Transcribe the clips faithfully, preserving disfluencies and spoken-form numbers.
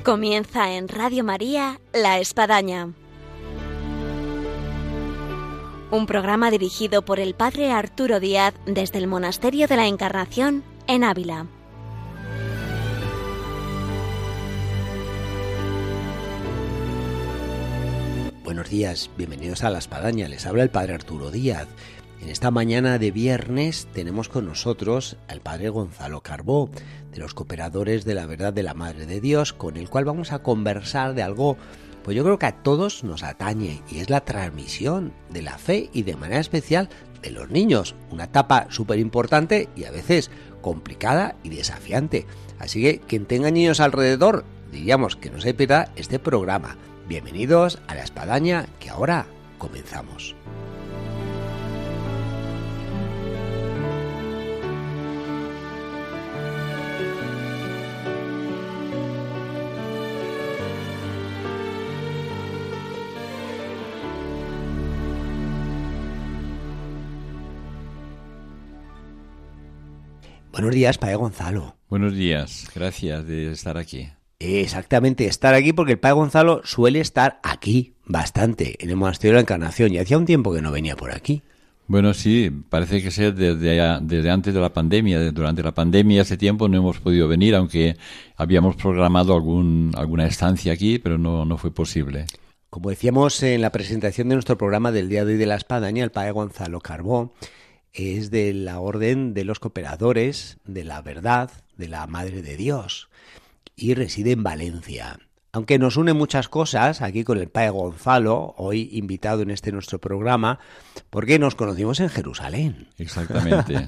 Comienza en Radio María La Espadaña, un programa dirigido por el Padre Arturo Díaz desde el Monasterio de la Encarnación en Ávila. Buenos días, bienvenidos a La Espadaña, les habla el Padre Arturo Díaz. En esta mañana de viernes tenemos con nosotros al Padre Gonzalo Carbó, de los Cooperadores de la Verdad de la Madre de Dios, con el cual vamos a conversar de algo, pues yo creo que a todos nos atañe, y es la transmisión de la fe y de manera especial de los niños, una etapa súper importante y a veces complicada y desafiante. Así que quien tenga niños alrededor, diríamos que no se pierda este programa. Bienvenidos a La Espadaña, que ahora comenzamos. Buenos días, Padre Gonzalo. Buenos días, gracias de estar aquí. Exactamente, estar aquí porque el Padre Gonzalo suele estar aquí bastante, en el Monasterio de la Encarnación, y hacía un tiempo que no venía por aquí. Bueno, sí, parece que ser desde, desde antes de la pandemia. Durante la pandemia, hace tiempo no hemos podido venir, aunque habíamos programado algún, alguna estancia aquí, pero no, no fue posible. Como decíamos en la presentación de nuestro programa del día de hoy de La Espadaña, el Padre Gonzalo Carbó es de la Orden de los Cooperadores de la Verdad de la Madre de Dios y reside en Valencia. Aunque nos une muchas cosas aquí con el Padre Gonzalo, hoy invitado en este nuestro programa, porque nos conocimos en Jerusalén. Exactamente.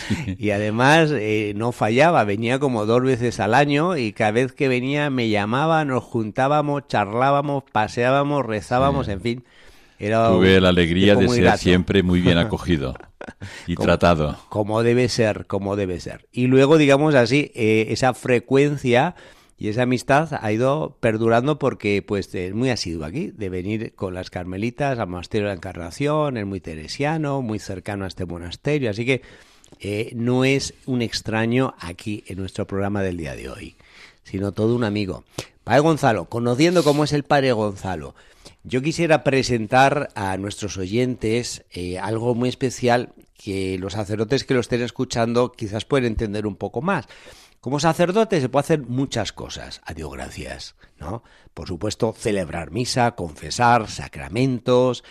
Y además eh, no fallaba, venía como dos veces al año y cada vez que venía me llamaba, nos juntábamos, charlábamos, paseábamos, rezábamos, sí. En fin. Era Tuve la alegría de ser grato. Siempre muy bien acogido y como, tratado. Como debe ser, como debe ser. Y luego, digamos así, eh, esa frecuencia y esa amistad ha ido perdurando porque pues es muy asiduo aquí, de venir con las carmelitas al Monasterio de la Encarnación, es muy teresiano, muy cercano a este monasterio, así que eh, no es un extraño aquí en nuestro programa del día de hoy, sino todo un amigo. Padre Gonzalo, conociendo cómo es el Padre Gonzalo, yo quisiera presentar a nuestros oyentes eh, algo muy especial que los sacerdotes que lo estén escuchando quizás pueden entender un poco más. Como sacerdote se puede hacer muchas cosas, a Dios gracias, ¿no? Por supuesto, celebrar misa, confesar, sacramentos,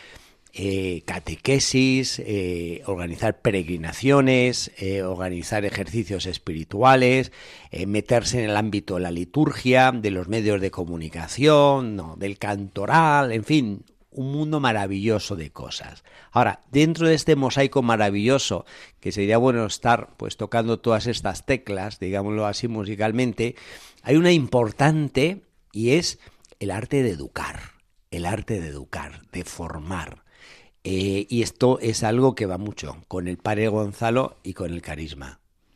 eh, catequesis, eh, organizar peregrinaciones, eh, organizar ejercicios espirituales, eh, meterse en el ámbito de la liturgia, de los medios de comunicación, ¿no? Del cantoral, en fin, un mundo maravilloso de cosas. Ahora, dentro de este mosaico maravilloso, que sería bueno estar pues tocando todas estas teclas, digámoslo así musicalmente, hay una importante y es el arte de educar, el arte de educar, de formar. Eh, y esto es algo que va mucho con el Padre Gonzalo y con el carisma.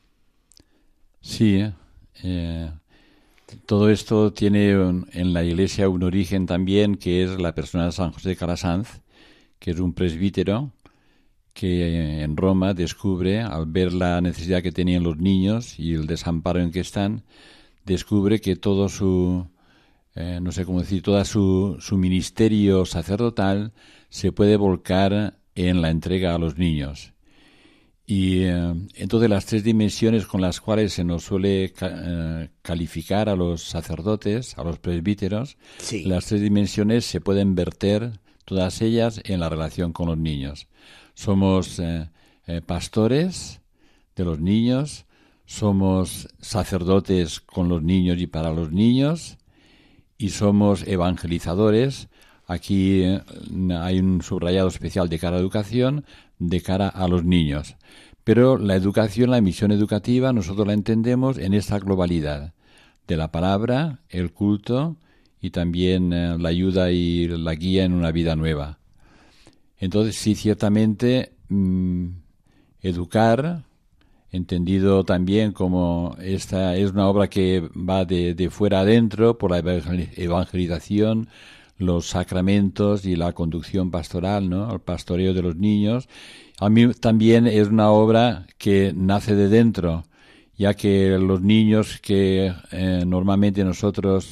Sí, eh, todo esto tiene un, en la Iglesia un origen también, que es la persona de San José de Calasanz, que es un presbítero que en Roma descubre, al ver la necesidad que tenían los niños y el desamparo en que están, descubre que todo su, eh, no sé cómo decir, toda su, su ministerio sacerdotal se puede volcar en la entrega a los niños. Y eh, entonces las tres dimensiones con las cuales se nos suele ca- eh, calificar a los sacerdotes, a los presbíteros, sí. Las tres dimensiones se pueden verter, todas ellas, en la relación con los niños. Somos eh, eh, pastores de los niños, somos sacerdotes con los niños y para los niños, y somos evangelizadores. Aquí eh, hay un subrayado especial de cara a la educación, de cara a los niños. Pero la educación, la misión educativa, nosotros la entendemos en esta globalidad de la palabra, el culto y también eh, la ayuda y la guía en una vida nueva. Entonces, sí, ciertamente, mmm, educar, entendido también como esta es una obra que va de, de fuera adentro por la evangelización, los sacramentos y la conducción pastoral, ¿no? El pastoreo de los niños. A mí también es una obra que nace de dentro, ya que los niños que eh, normalmente nosotros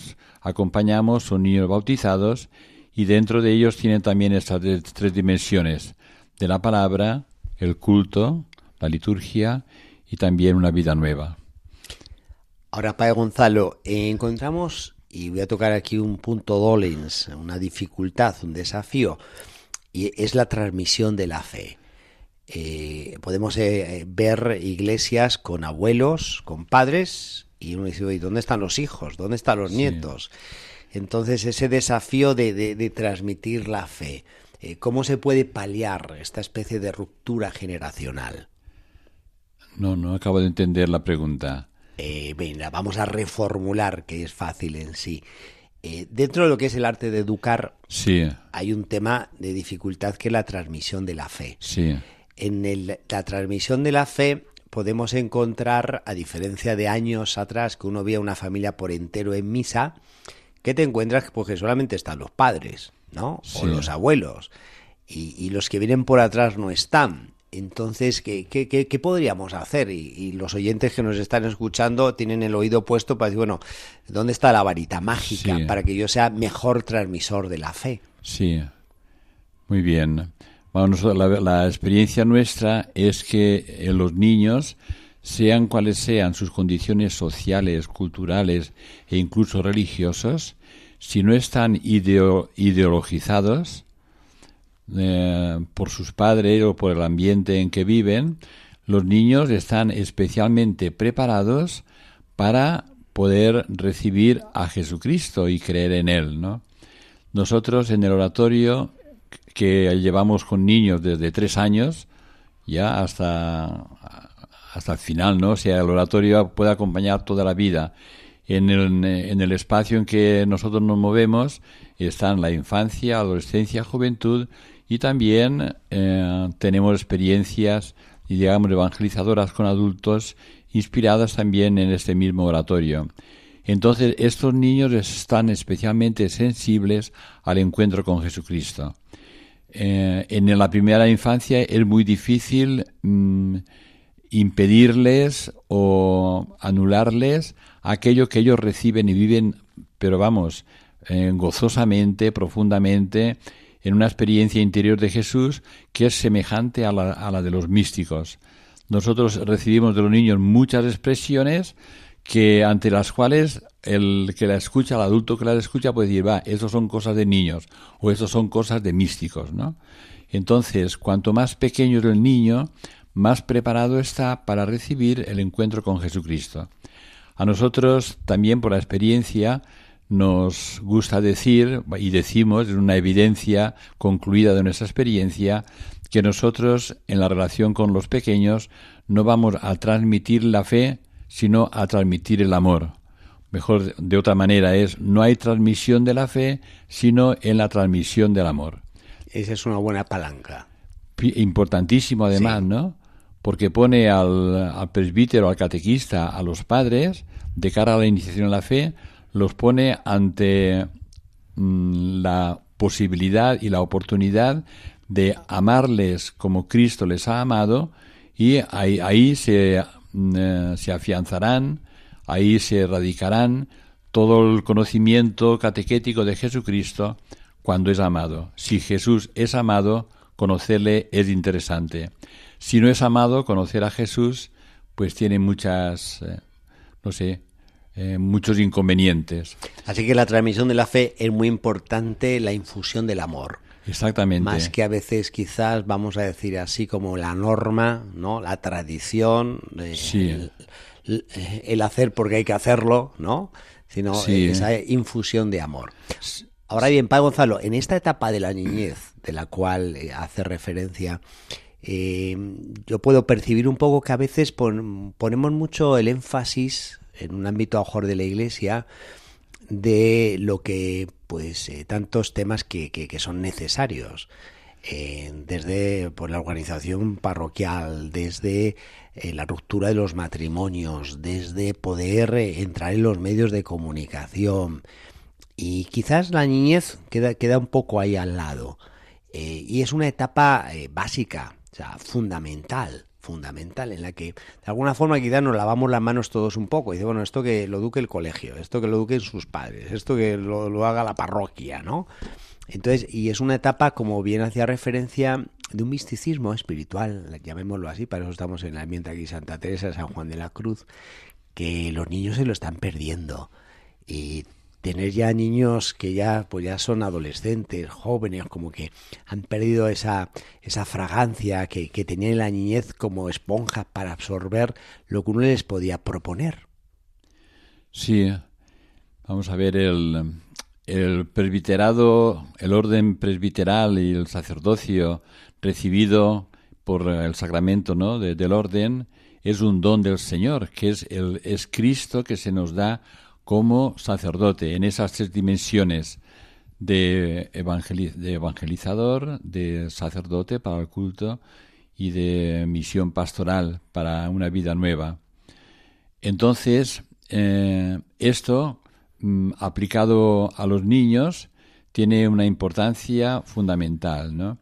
acompañamos son niños bautizados y dentro de ellos tienen también estas tres dimensiones de la palabra, el culto, la liturgia y también una vida nueva. Ahora, Padre Gonzalo, eh, encontramos, y voy a tocar aquí un punto dolens, una dificultad, un desafío, y es la transmisión de la fe. Eh, podemos eh, ver iglesias con abuelos, con padres, y uno dice, ¿y dónde están los hijos? ¿Dónde están los sí. nietos? Entonces, ese desafío de, de, de transmitir la fe, eh, ¿cómo se puede paliar esta especie de ruptura generacional? No, no acabo de entender la pregunta. Eh, venga, vamos a reformular, que es fácil en sí. Eh, dentro de lo que es el arte de educar, sí. hay un tema de dificultad que es la transmisión de la fe. Sí. En el, la transmisión de la fe podemos encontrar, a diferencia de años atrás, que uno veía una familia por entero en misa, que te encuentras pues, que solamente están los padres, ¿no? Sí. O los abuelos, y, y los que vienen por atrás no están. Entonces, ¿qué, qué, qué, qué podríamos hacer? Y, y los oyentes que nos están escuchando tienen el oído puesto para decir, bueno, ¿dónde está la varita mágica sí. para que yo sea mejor transmisor de la fe? Sí, muy bien. Bueno, la, la experiencia nuestra es que eh, los niños, sean cuales sean sus condiciones sociales, culturales e incluso religiosos, si no están ideo, ideologizados, Eh, por sus padres o por el ambiente en que viven, los niños están especialmente preparados para poder recibir a Jesucristo y creer en Él, ¿no? Nosotros en el oratorio que llevamos con niños desde tres años ya hasta, hasta el final, ¿no? O sea, el oratorio puede acompañar toda la vida. En el, en el espacio en que nosotros nos movemos están la infancia, adolescencia, juventud, y también eh, tenemos experiencias, digamos, evangelizadoras con adultos, inspiradas también en este mismo oratorio. Entonces, estos niños están especialmente sensibles al encuentro con Jesucristo. Eh, en la primera infancia es muy difícil mmm, impedirles o anularles aquello que ellos reciben y viven, pero vamos, eh, gozosamente, profundamente, en una experiencia interior de Jesús que es semejante a la, a la de los místicos. Nosotros recibimos de los niños muchas expresiones que ante las cuales el que la escucha, el adulto que la escucha puede decir, va, eso son cosas de niños o eso son cosas de místicos, ¿no? Entonces, cuanto más pequeño es el niño, más preparado está para recibir el encuentro con Jesucristo. A nosotros también por la experiencia nos gusta decir, y decimos, es una evidencia concluida de nuestra experiencia, que nosotros en la relación con los pequeños no vamos a transmitir la fe, sino a transmitir el amor. Mejor de otra manera es, no hay transmisión de la fe, sino en la transmisión del amor. Esa es una buena palanca. Importantísimo además, sí. ¿no? Porque pone al, al presbítero, al catequista, a los padres, de cara a la iniciación en la fe, los pone ante mmm, la posibilidad y la oportunidad de amarles como Cristo les ha amado, y ahí, ahí se, eh, se afianzarán, ahí se radicarán todo el conocimiento catequético de Jesucristo cuando es amado. Si Jesús es amado, conocerle es interesante. Si no es amado, conocer a Jesús pues tiene muchas, eh, no sé, Eh, muchos inconvenientes. Así que la transmisión de la fe es muy importante, la infusión del amor. Exactamente. Más que a veces quizás, vamos a decir así, como la norma, ¿no? La tradición, eh, sí. el, el, el hacer porque hay que hacerlo, ¿no? Sino sí. esa infusión de amor. Ahora bien, Padre Gonzalo, en esta etapa de la niñez, de la cual eh, hace referencia, eh, yo puedo percibir un poco que a veces pon, ponemos mucho el énfasis en un ámbito a lo mejor de la Iglesia de lo que pues eh, tantos temas que, que, que son necesarios eh, desde pues, la organización parroquial, desde eh, la ruptura de los matrimonios, desde poder eh, entrar en los medios de comunicación, y quizás la niñez queda, queda un poco ahí al lado, eh, y es una etapa eh, básica, o sea, fundamental fundamental, en la que de alguna forma quizás nos lavamos las manos todos un poco. Y dice, bueno, esto que lo eduque el colegio, esto que lo eduquen sus padres, esto que lo, lo haga la parroquia, ¿no? Entonces, y es una etapa, como bien hacía referencia, de un misticismo espiritual, llamémoslo así, para eso estamos en el ambiente aquí Santa Teresa, San Juan de la Cruz, que los niños se lo están perdiendo. Y tener ya niños que ya pues ya son adolescentes, jóvenes, como que han perdido esa esa fragancia que, que tenían en la niñez como esponjas para absorber lo que uno les podía proponer. Sí, vamos a ver, el, el presbiterado, el orden presbiteral y el sacerdocio recibido por el sacramento, ¿no?, de, del orden, es un don del Señor, que es, el, es Cristo que se nos da como sacerdote en esas tres dimensiones de, evangeliz- de evangelizador, de sacerdote para el culto y de misión pastoral para una vida nueva. Entonces, eh, esto, mm, aplicado a los niños, tiene una importancia fundamental, ¿no?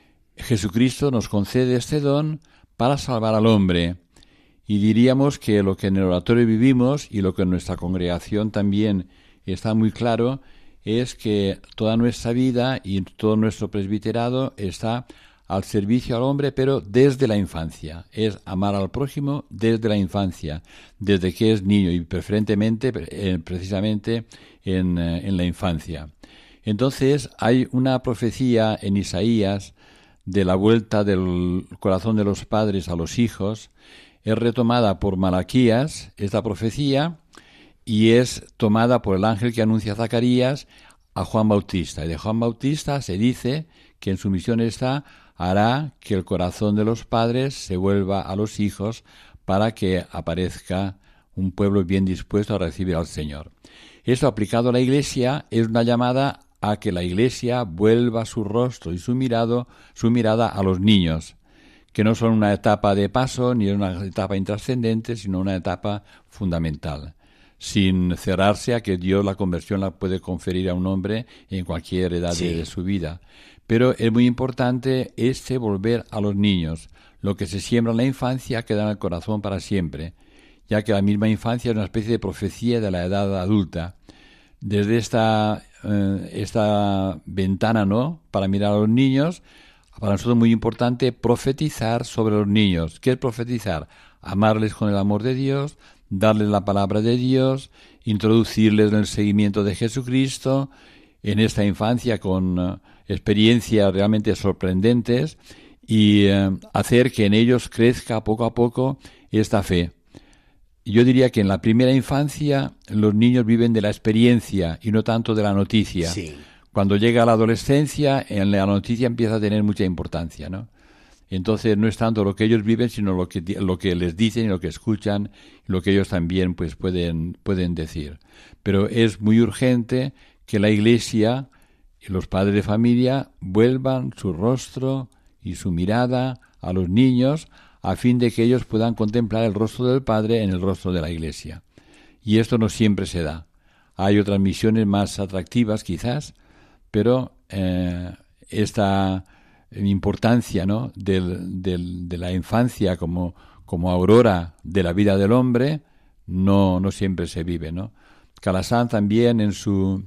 Jesucristo nos concede este don para salvar al hombre. Y diríamos que lo que en el oratorio vivimos y lo que en nuestra congregación también está muy claro es que toda nuestra vida y todo nuestro presbiterado está al servicio al hombre, pero desde la infancia. Es amar al prójimo desde la infancia, desde que es niño y preferentemente, eh, precisamente en, eh, en la infancia. Entonces hay una profecía en Isaías de la vuelta del corazón de los padres a los hijos. Es retomada por Malaquías, esta profecía, y es tomada por el ángel que anuncia a Zacarías a Juan Bautista. Y de Juan Bautista se dice que en su misión está, hará que el corazón de los padres se vuelva a los hijos para que aparezca un pueblo bien dispuesto a recibir al Señor. Esto aplicado a la Iglesia es una llamada a que la Iglesia vuelva su rostro y su mirado, su mirada a los niños, que no son una etapa de paso ni una etapa intrascendente, sino una etapa fundamental, sin cerrarse a que Dios la conversión la puede conferir a un hombre en cualquier edad sí. de, de su vida. Pero es muy importante este volver a los niños. Lo que se siembra en la infancia queda en el corazón para siempre, ya que la misma infancia es una especie de profecía de la edad adulta. Desde esta, eh, esta ventana, ¿no?, para mirar a los niños, para nosotros es muy importante profetizar sobre los niños. ¿Qué es profetizar? Amarles con el amor de Dios, darles la palabra de Dios, introducirles en el seguimiento de Jesucristo en esta infancia con uh, experiencias realmente sorprendentes y uh, hacer que en ellos crezca poco a poco esta fe. Yo diría que en la primera infancia los niños viven de la experiencia y no tanto de la noticia. Sí. Cuando llega la adolescencia, en la noticia empieza a tener mucha importancia, ¿no? Entonces no es tanto lo que ellos viven, sino lo que lo que les dicen y lo que escuchan, lo que ellos también pues pueden pueden decir. Pero es muy urgente que la Iglesia y los padres de familia vuelvan su rostro y su mirada a los niños a fin de que ellos puedan contemplar el rostro del Padre en el rostro de la Iglesia. Y esto no siempre se da. Hay otras misiones más atractivas quizás, pero eh, esta importancia, ¿no?, del, del, de la infancia como, como aurora de la vida del hombre no, no siempre se vive, ¿no? Calasanz también en su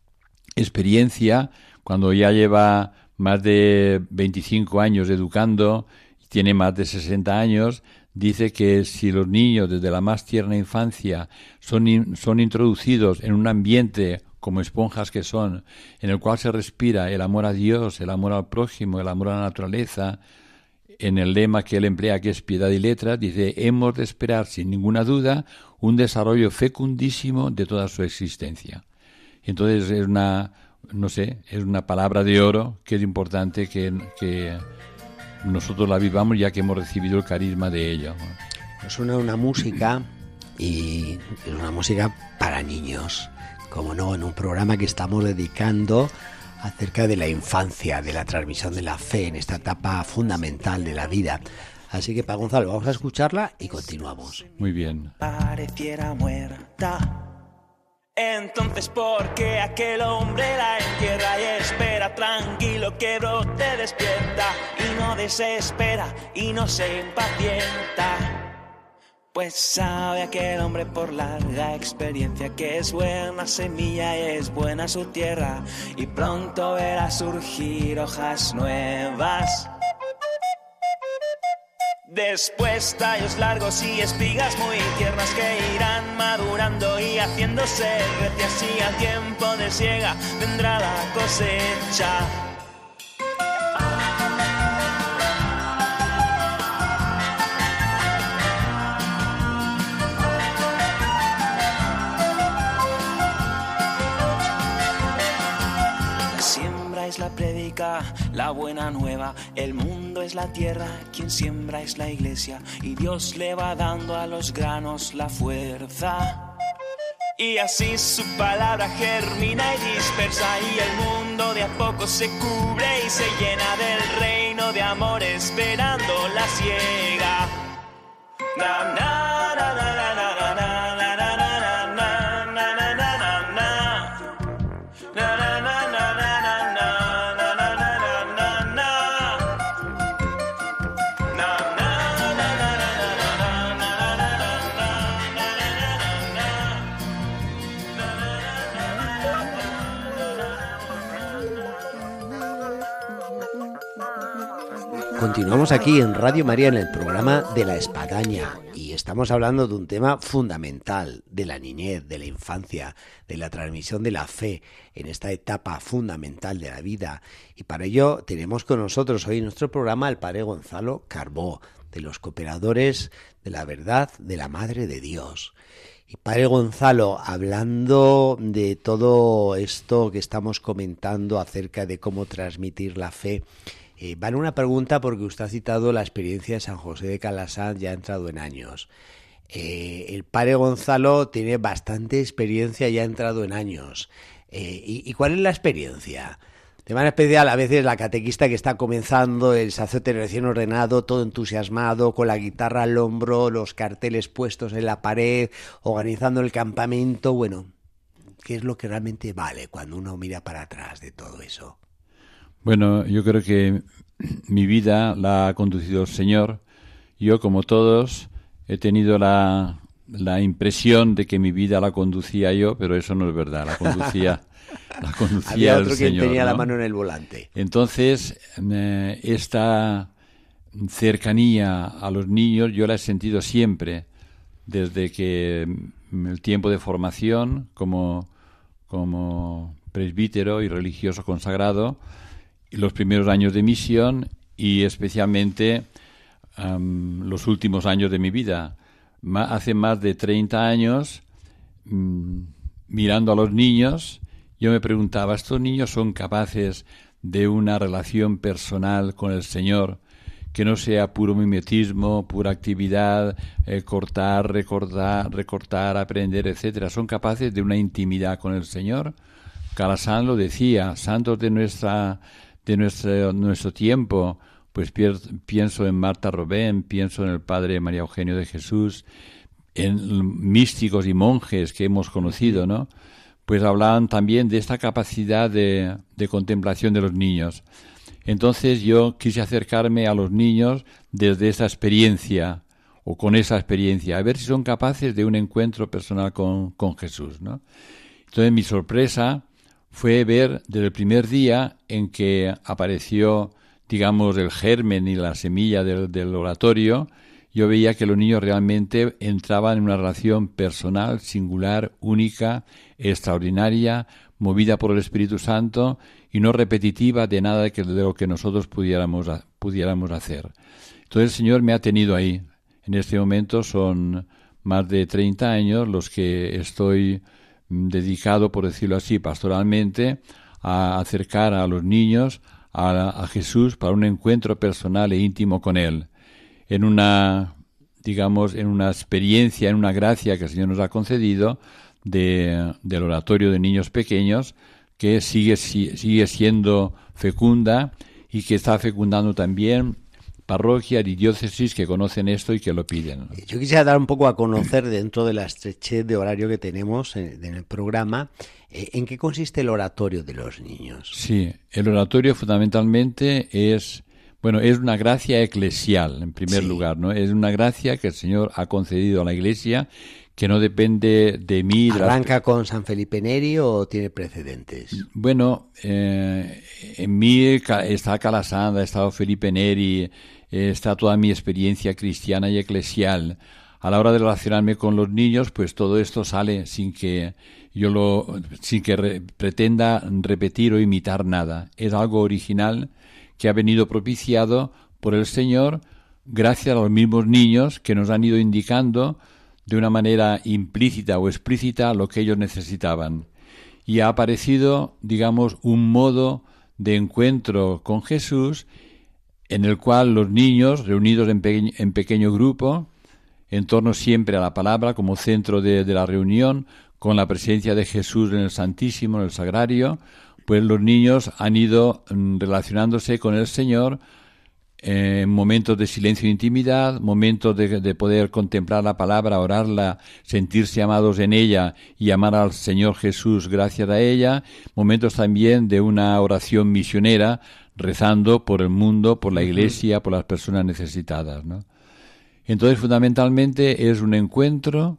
experiencia, cuando ya lleva más de veinticinco años educando, tiene más de sesenta años, dice que si los niños desde la más tierna infancia son, in, son introducidos en un ambiente como esponjas que son, en el cual se respira el amor a Dios, el amor al prójimo, el amor a la naturaleza, en el lema que él emplea, que es piedad y letras, dice, hemos de esperar sin ninguna duda un desarrollo fecundísimo de toda su existencia. Entonces es una, no sé, es una palabra de oro que es importante que, que nosotros la vivamos ya que hemos recibido el carisma de ella. Nos suena una música y es una música para niños. Como no, en un programa que estamos dedicando acerca de la infancia, de la transmisión de la fe en esta etapa fundamental de la vida. Así que, Pa Gonzalo, vamos a escucharla y continuamos. Muy bien. Pareciera muerta, Entonces, ¿por qué aquel hombre la entierra y espera tranquilo que brote despierta y no desespera y no se impacienta? Pues sabe aquel hombre por larga experiencia que es buena semilla y es buena su tierra y pronto verá surgir hojas nuevas. Después tallos largos y espigas muy tiernas que irán madurando y haciéndose recias y al tiempo de siega vendrá la cosecha. La prédica, la buena nueva, el mundo es la tierra, quien siembra es la iglesia y Dios le va dando a los granos la fuerza. Y así su palabra germina y dispersa y el mundo de a poco se cubre y se llena del reino de amor esperando la siega. Na, na, na, na, na, na. Continuamos aquí en Radio María en el programa de La Espadaña y estamos hablando de un tema fundamental de la niñez, de la infancia, de la transmisión de la fe en esta etapa fundamental de la vida. Y para ello tenemos con nosotros hoy en nuestro programa al Padre Gonzalo Carbó, de los Cooperadores de la Verdad de la Madre de Dios. Y Padre Gonzalo, hablando de todo esto que estamos comentando acerca de cómo transmitir la fe, Eh, vale una pregunta porque usted ha citado la experiencia de San José de Calasanz, ya ha entrado en años. Eh, el Padre Gonzalo tiene bastante experiencia, ya ha entrado en años. Eh, y, ¿Y cuál es la experiencia? De manera especial, a veces la catequista que está comenzando, el sacerdote recién ordenado, todo entusiasmado, con la guitarra al hombro, los carteles puestos en la pared, organizando el campamento. Bueno, ¿qué es lo que realmente vale cuando uno mira para atrás de todo eso? Bueno, yo creo que mi vida la ha conducido el Señor. Yo, como todos, he tenido la, la impresión de que mi vida la conducía yo, pero eso no es verdad, la conducía, la conducía Había el otro Señor. quien tenía ¿no? la mano en el volante. Entonces, eh, esta cercanía a los niños yo la he sentido siempre, desde que el tiempo de formación como, como presbítero y religioso consagrado, los primeros años de misión y especialmente um, los últimos años de mi vida. Ma- hace más de treinta años, um, mirando a los niños, yo me preguntaba, ¿estos niños son capaces de una relación personal con el Señor que no sea puro mimetismo, pura actividad, eh, cortar, recortar, recortar, aprender, etcétera? ¿Son capaces de una intimidad con el Señor? Calasanz lo decía, santos de nuestra de nuestro, nuestro tiempo, pues pienso en Marta Robén, pienso en el Padre María Eugenio de Jesús, en místicos y monjes que hemos conocido, ¿no? Pues hablaban también de esta capacidad de, de contemplación de los niños. Entonces yo quise acercarme a los niños desde esa experiencia, o con esa experiencia, a ver si son capaces de un encuentro personal con, con Jesús, ¿no? Entonces mi sorpresa fue ver desde el primer día en que apareció, digamos, el germen y la semilla del, del oratorio, yo veía que los niños realmente entraban en una relación personal, singular, única, extraordinaria, movida por el Espíritu Santo y no repetitiva de nada de, que, de lo que nosotros pudiéramos, pudiéramos hacer. Entonces el Señor me ha tenido ahí. En este momento son más de treinta años los que estoy dedicado, por decirlo así, pastoralmente, a acercar a los niños a, a Jesús para un encuentro personal e íntimo con Él, en una, digamos, en una experiencia, en una gracia que el Señor nos ha concedido de, del oratorio de niños pequeños, que sigue, sigue siendo fecunda y que está fecundando también parroquias y diócesis que conocen esto y que lo piden, ¿no? Yo quisiera dar un poco a conocer, dentro de la estrechez de horario que tenemos en, en el programa, eh, ¿en qué consiste el oratorio de los niños? Sí, el oratorio fundamentalmente es, bueno, es una gracia eclesial, en primer Sí. lugar, ¿no? Es una gracia que el Señor ha concedido a la Iglesia, que no depende de mí. De ¿Arranca las... con San Felipe Neri o tiene precedentes? Bueno, eh, en mí está Calasanda, ha estado Felipe Neri, eh, está toda mi experiencia cristiana y eclesial. A la hora de relacionarme con los niños, pues todo esto sale sin que yo lo, sin que re, pretenda repetir o imitar nada. Es algo original que ha venido propiciado por el Señor gracias a los mismos niños que nos han ido indicando de una manera implícita o explícita lo que ellos necesitaban. Y ha aparecido, digamos, un modo de encuentro con Jesús en el cual los niños, reunidos en, pe- en pequeño grupo, en torno siempre a la palabra como centro de, de la reunión, con la presencia de Jesús en el Santísimo, en el Sagrario, pues los niños han ido mm, relacionándose con el Señor en momentos de silencio e intimidad, momentos de, de poder contemplar la palabra, orarla, sentirse amados en ella y amar al Señor Jesús gracias a ella, momentos también de una oración misionera, rezando por el mundo, por la Iglesia, por las personas necesitadas, ¿no? Entonces, fundamentalmente, es un encuentro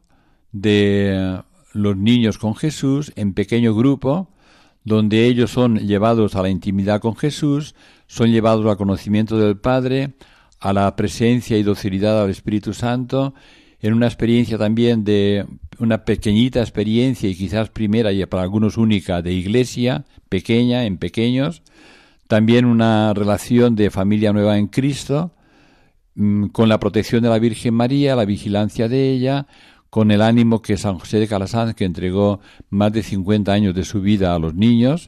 de los niños con Jesús en pequeño grupo, donde ellos son llevados a la intimidad con Jesús, son llevados al conocimiento del Padre, a la presencia y docilidad al Espíritu Santo, en una experiencia también de una pequeñita experiencia y quizás primera y para algunos única de iglesia, pequeña, en pequeños, también una relación de familia nueva en Cristo, con la protección de la Virgen María, la vigilancia de ella, con el ánimo que San José de Calasanz, que entregó más de cincuenta años de su vida a los niños,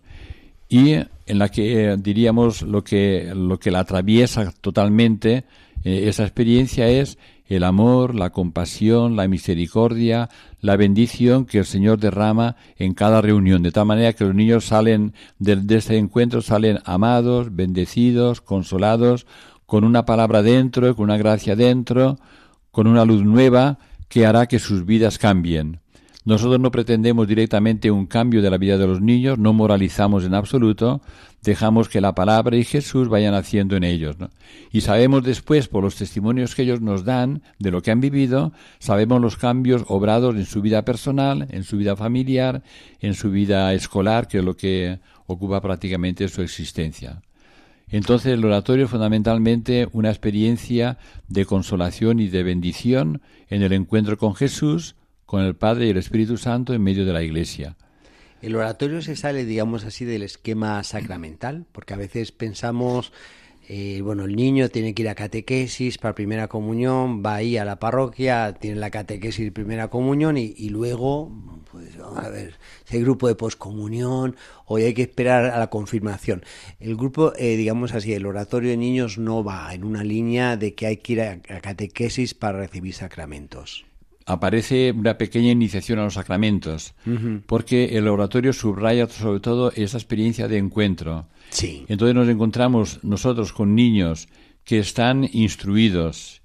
y en la que eh, diríamos lo que lo que la atraviesa totalmente eh, esa experiencia es el amor, la compasión, la misericordia, la bendición que el Señor derrama en cada reunión, de tal manera que los niños salen de, de este encuentro, salen amados, bendecidos, consolados, con una palabra dentro, con una gracia dentro, con una luz nueva que hará que sus vidas cambien. Nosotros no pretendemos directamente un cambio de la vida de los niños, no moralizamos en absoluto, dejamos que la palabra y Jesús vayan haciendo en ellos, ¿no? Y sabemos después, por los testimonios que ellos nos dan de lo que han vivido, sabemos los cambios obrados en su vida personal, en su vida familiar, en su vida escolar, que es lo que ocupa prácticamente su existencia. Entonces el oratorio es fundamentalmente una experiencia de consolación y de bendición en el encuentro con Jesús, con el Padre y el Espíritu Santo en medio de la Iglesia. El oratorio se sale, digamos así, del esquema sacramental, porque a veces pensamos, eh, bueno, el niño tiene que ir a catequesis para primera comunión, va ahí a la parroquia, tiene la catequesis de primera comunión y, y luego, pues vamos a ver, si hay grupo de poscomunión o hay que esperar a la confirmación. El grupo, eh, digamos así, el oratorio de niños no va en una línea de que hay que ir a, a catequesis para recibir sacramentos. Aparece una pequeña iniciación a los sacramentos, uh-huh. porque el oratorio subraya sobre todo esa experiencia de encuentro. Sí. Entonces nos encontramos nosotros con niños que están instruidos,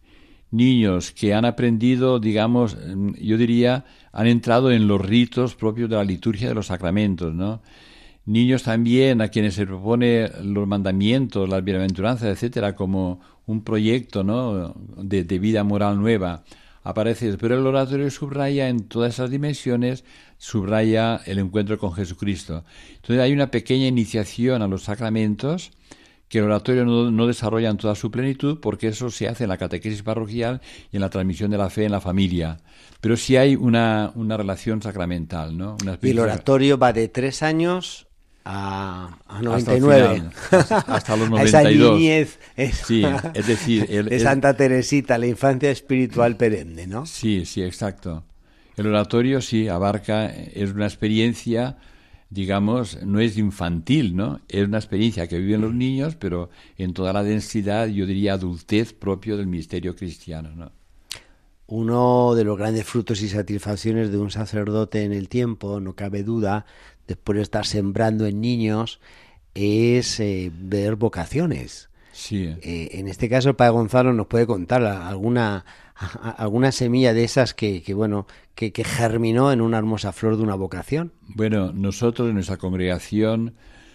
niños que han aprendido, digamos, yo diría, han entrado en los ritos propios de la liturgia de los sacramentos, ¿no? Niños también a quienes se propone los mandamientos, las bienaventuranzas, etcétera, como un proyecto, ¿no?, de, de vida moral nueva. Aparece, pero el oratorio subraya en todas esas dimensiones, subraya el encuentro con Jesucristo. Entonces hay una pequeña iniciación a los sacramentos que el oratorio no, no desarrolla en toda su plenitud, porque eso se hace en la catequesis parroquial y en la transmisión de la fe en la familia. Pero sí hay una, una relación sacramental, ¿no? Una y el oratorio va de tres años a, a noventa y nueve. Hasta, hasta los noventa y dos. Esa niñez es, sí, es decir, el, de el, Santa Teresita, la infancia espiritual perenne, ¿no? Sí, sí, exacto. El oratorio sí abarca, es una experiencia, digamos, no es infantil, ¿no? Es una experiencia que viven los niños, pero en toda la densidad, yo diría, adultez propio del misterio cristiano, ¿no? Uno de los grandes frutos y satisfacciones de un sacerdote en el tiempo, no cabe duda, después de estar sembrando en niños, es eh, ver vocaciones. Sí. Eh, en este caso, el padre Gonzalo nos puede contar alguna alguna semilla de esas que, que bueno, que, que germinó en una hermosa flor de una vocación. Bueno, nosotros en nuestra congregación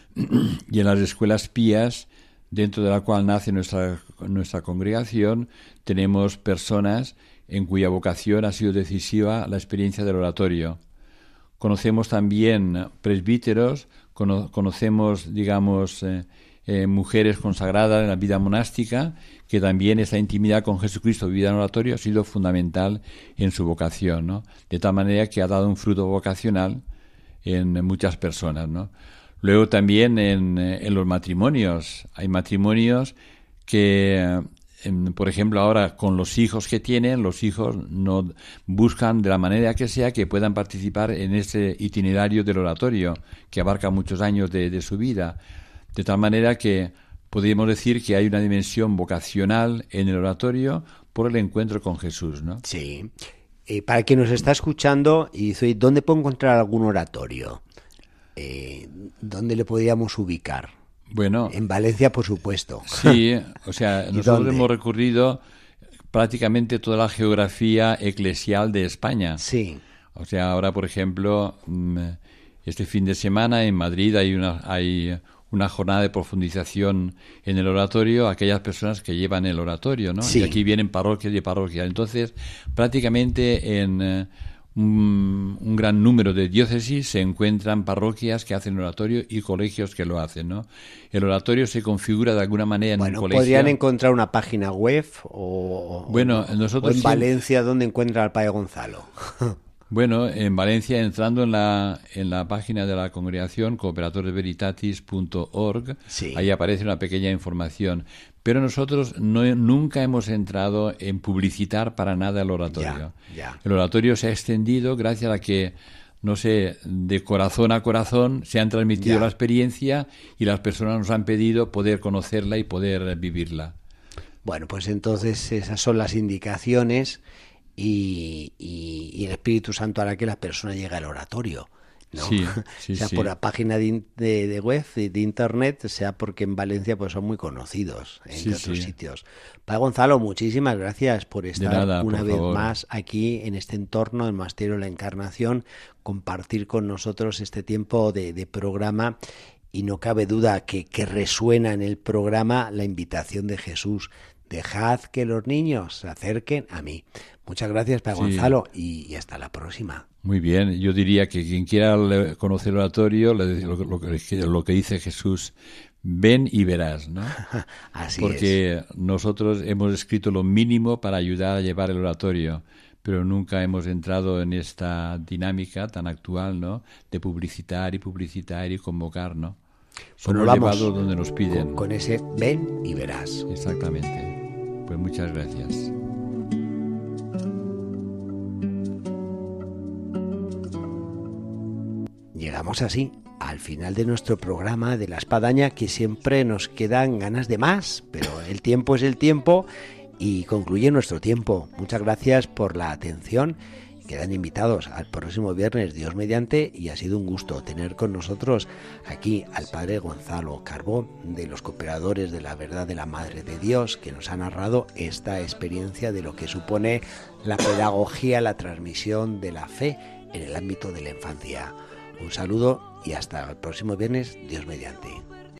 y en las escuelas pías, dentro de la cual nace nuestra nuestra congregación, tenemos personas en cuya vocación ha sido decisiva la experiencia del oratorio. Conocemos también presbíteros, cono- conocemos, digamos, eh, eh, mujeres consagradas en la vida monástica, que también esa intimidad con Jesucristo vivida en oratorio ha sido fundamental en su vocación, ¿no? De tal manera que ha dado un fruto vocacional en, en muchas personas, ¿no? Luego también en, en los matrimonios. Hay matrimonios que, en, por ejemplo, ahora con los hijos que tienen, los hijos no buscan de la manera que sea que puedan participar en ese itinerario del oratorio, que abarca muchos años de, de su vida. De tal manera que podríamos decir que hay una dimensión vocacional en el oratorio por el encuentro con Jesús, ¿no? Sí. Eh, para quien nos está escuchando y dice, ¿dónde puedo encontrar algún oratorio? Eh, ¿Dónde le podríamos ubicar? Bueno, en Valencia, por supuesto. Sí, o sea, nosotros dónde? hemos recurrido prácticamente toda la geografía eclesial de España. Sí. O sea, ahora, por ejemplo, este fin de semana en Madrid hay una hay una jornada de profundización en el oratorio, aquellas personas que llevan el oratorio, ¿no? Sí. Y aquí vienen parroquias y parroquias. Entonces, prácticamente en eh, un, un gran número de diócesis se encuentran parroquias que hacen oratorio y colegios que lo hacen, ¿no? El oratorio se configura de alguna manera en Bueno, un colegio. podrían encontrar una página web o, Bueno, o, nosotros o en siempre- Valencia, ¿dónde encuentra al padre Gonzalo? Bueno, en Valencia, entrando en la en la página de la congregación, cooperatoresveritatis punto org, Sí. ahí aparece una pequeña información. Pero nosotros no, nunca hemos entrado en publicitar para nada el oratorio. Ya, ya. El oratorio se ha extendido gracias a que, no sé, de corazón a corazón se han transmitido Ya. la experiencia y las personas nos han pedido poder conocerla y poder vivirla. Bueno, pues entonces esas son las indicaciones y, y, y el Espíritu Santo hará que la persona llegue al oratorio, ¿no? Sí, sí, sea sí. por la página de, in- de, de web, de, de internet, sea porque en Valencia pues son muy conocidos, entre Sí, otros sí. sitios. Padre Gonzalo, muchísimas gracias por estar nada, una por vez favor. más aquí en este entorno del Monasterio de la Encarnación, compartir con nosotros este tiempo de, de programa. Y no cabe duda que, que resuena en el programa la invitación de Jesús: dejad que los niños se acerquen a mí. Muchas gracias, Padre Sí. Gonzalo, y, y hasta la próxima. Muy bien, yo diría que quien quiera le- conocer el oratorio, le- lo, lo que- lo que dice Jesús, ven y verás, ¿no? Así es. Porque nosotros hemos escrito lo mínimo para ayudar a llevar el oratorio, pero nunca hemos entrado en esta dinámica tan actual, ¿no? De publicitar y publicitar y convocar, ¿no? Somos Bueno, vamos llevados donde nos piden. Con, con ese ven y verás. Exactamente. Pues muchas gracias. Llegamos así al final de nuestro programa de La Espadaña, que siempre nos quedan ganas de más, pero el tiempo es el tiempo y concluye nuestro tiempo. Muchas gracias por la atención. Quedan invitados al próximo viernes, Dios mediante, y ha sido un gusto tener con nosotros aquí al padre Gonzalo Carbó, de los Cooperadores de la Verdad de la Madre de Dios, que nos ha narrado esta experiencia de lo que supone la pedagogía, la transmisión de la fe en el ámbito de la infancia. Un saludo y hasta el próximo viernes, Dios mediante.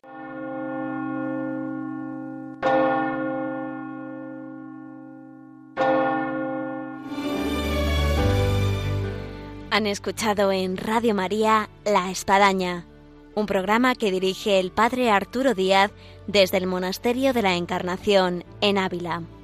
Han escuchado en Radio María La Espadaña, un programa que dirige el padre Arturo Díaz desde el Monasterio de la Encarnación en Ávila.